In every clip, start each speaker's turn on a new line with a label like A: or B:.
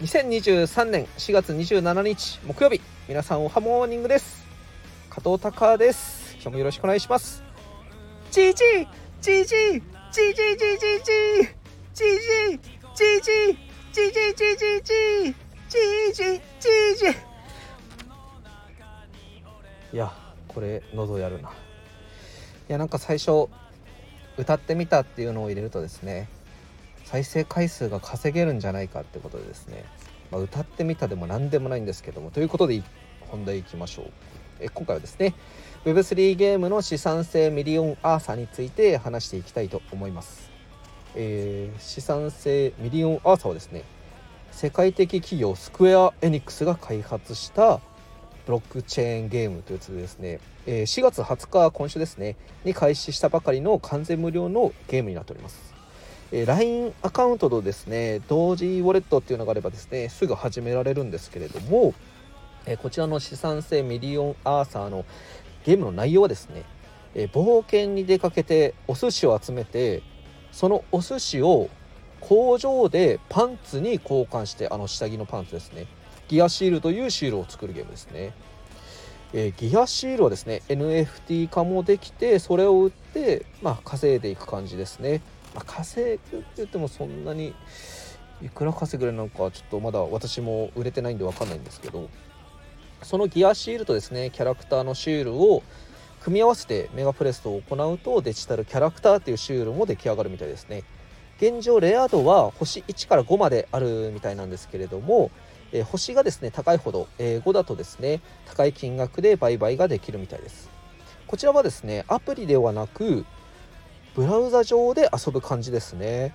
A: 2023年4月27日木曜日、皆さんおはモーニングです。加藤隆です。今日もよろしくお願いします。GG GG GG GG いや、これ喉やるな。いや、なんか最初歌ってみたっていうのを入れるとですね、再生回数が稼げるんじゃないかってことでですね、歌ってみたでも何でもないんですけども、ということで本題いきましょう。今回はですね Web3 ゲームの資産性ミリオンアーサーについて話していきたいと思います。資産性ミリオンアーサーはですね、世界的企業スクエアエニックスが開発したブロックチェーンゲームというやつでですね、4月20日今週ですねに開始したばかりの完全無料のゲームになっております。LINE アカウントとですね同時ウォレットっていうのがあればですねすぐ始められるんですけれども、こちらの資産性ミリオンアーサーのゲームの内容はですね、冒険に出かけてお寿司を集めて、そのお寿司を工場でパンツに交換して、下着のパンツですね、ギアシールというシールを作るゲームですね。ギアシールはですね NFT 化もできて、それを売って、稼いでいく感じですね。稼ぐって言ってもそんなにいくら稼ぐなのかちょっとまだ私も売れてないんで分かんないんですけど、そのギアシールとですねキャラクターのシールを組み合わせてメガプレストを行うと、デジタルキャラクターっていうシールも出来上がるみたいですね。現状レア度は星1から5まであるみたいなんですけれども、星がですね高いほど、5だとですね高い金額で売買ができるみたいです。こちらはですねアプリではなくブラウザ上で遊ぶ感じですね。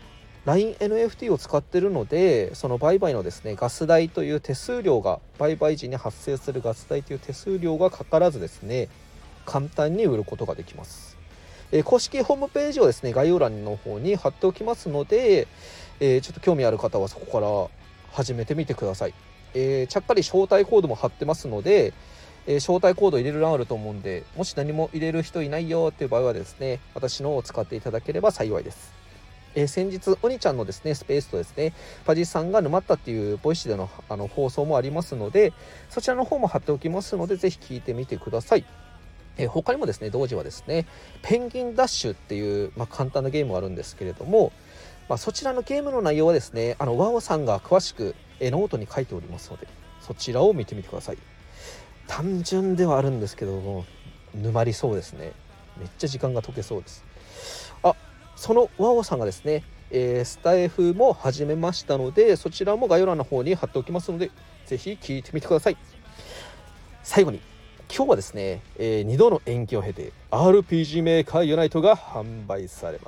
A: LINE NFT を使っているので、その売買のですねガス代という手数料が、売買時に発生するガス代という手数料がかからずですね簡単に売ることができます。公式ホームページをですね概要欄の方に貼っておきますので、ちょっと興味ある方はそこから始めてみてください。ちゃっかり招待コードも貼ってますので、招待コード入れる欄あると思うんで、もし何も入れる人いないよっていう場合はですね、私のを使っていただければ幸いです。先日おにちゃんのですねスペースとですねパジさんが沼ったっていうボイシーでの放送もありますので、そちらの方も貼っておきますので、ぜひ聞いてみてください。他にもですね同時はですねペンギンダッシュっていう、簡単なゲームがあるんですけれども、そちらのゲームの内容はですねワオさんが詳しく、ノートに書いておりますので、そちらを見てみてください。単純ではあるんですけども沼りそうですね。めっちゃ時間が解けそうです。そのワオさんがですね、スタイフも始めましたので、そちらも概要欄の方に貼っておきますので、ぜひ聞いてみてください。最後に今日はですね、2度の延期を経て RPG メーカーユナイトが販売されます。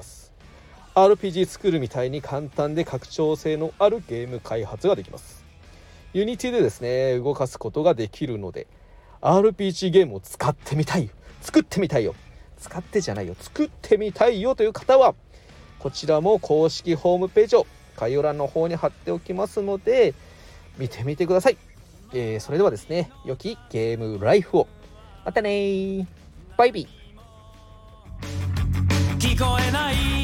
A: RPG 作るみたいに簡単で拡張性のあるゲーム開発ができます。ユニティでですね動かすことができるので、 RPG ゲームを使ってみたい、作ってみたいよ、使ってじゃないよ作ってみたいよという方は、こちらも公式ホームページを概要欄の方に貼っておきますので見てみてください。それではですね、良きゲームライフを。またね、バイビー。
B: 聞こえない